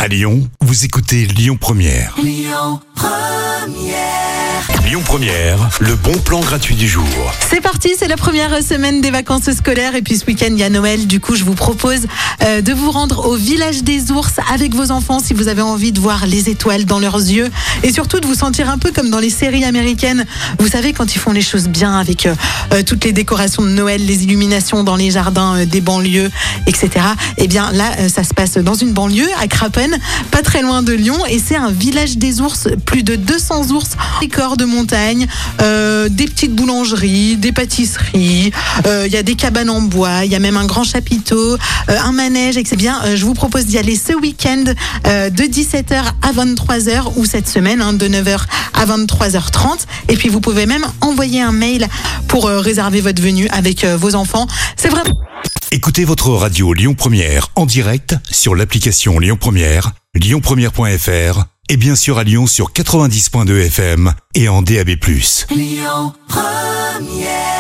À Lyon, vous écoutez Lyon Première. Lyon Première. Lyon Première, le bon plan gratuit du jour. C'est parti, c'est la première semaine des vacances scolaires et puis ce week-end il y a Noël. Du coup, je vous propose de vous rendre au village des ours avec vos enfants si vous avez envie de voir les étoiles dans leurs yeux et surtout de vous sentir un peu comme dans les séries américaines. Vous savez, quand ils font les choses bien avec toutes les décorations de Noël, les illuminations dans les jardins des banlieues, etc. Eh bien là, ça se passe dans une banlieue à Crapen, pas très loin de Lyon, et c'est un village des ours. Plus de 200 ours, décors de montagne, des petites boulangeries, des pâtisseries, il y a des cabanes en bois, il y a même un grand chapiteau, un manège, etc. Bien, je vous propose d'y aller ce week-end de 17h à 23h ou cette semaine de 9h à 23h30. Et puis vous pouvez même envoyer un mail pour réserver votre venue avec vos enfants. C'est vraiment... Écoutez votre radio Lyon Première en direct sur l'application Lyon Première, lyonpremière.fr et bien sûr à Lyon sur 90.2 FM et en DAB+. Lyon Première.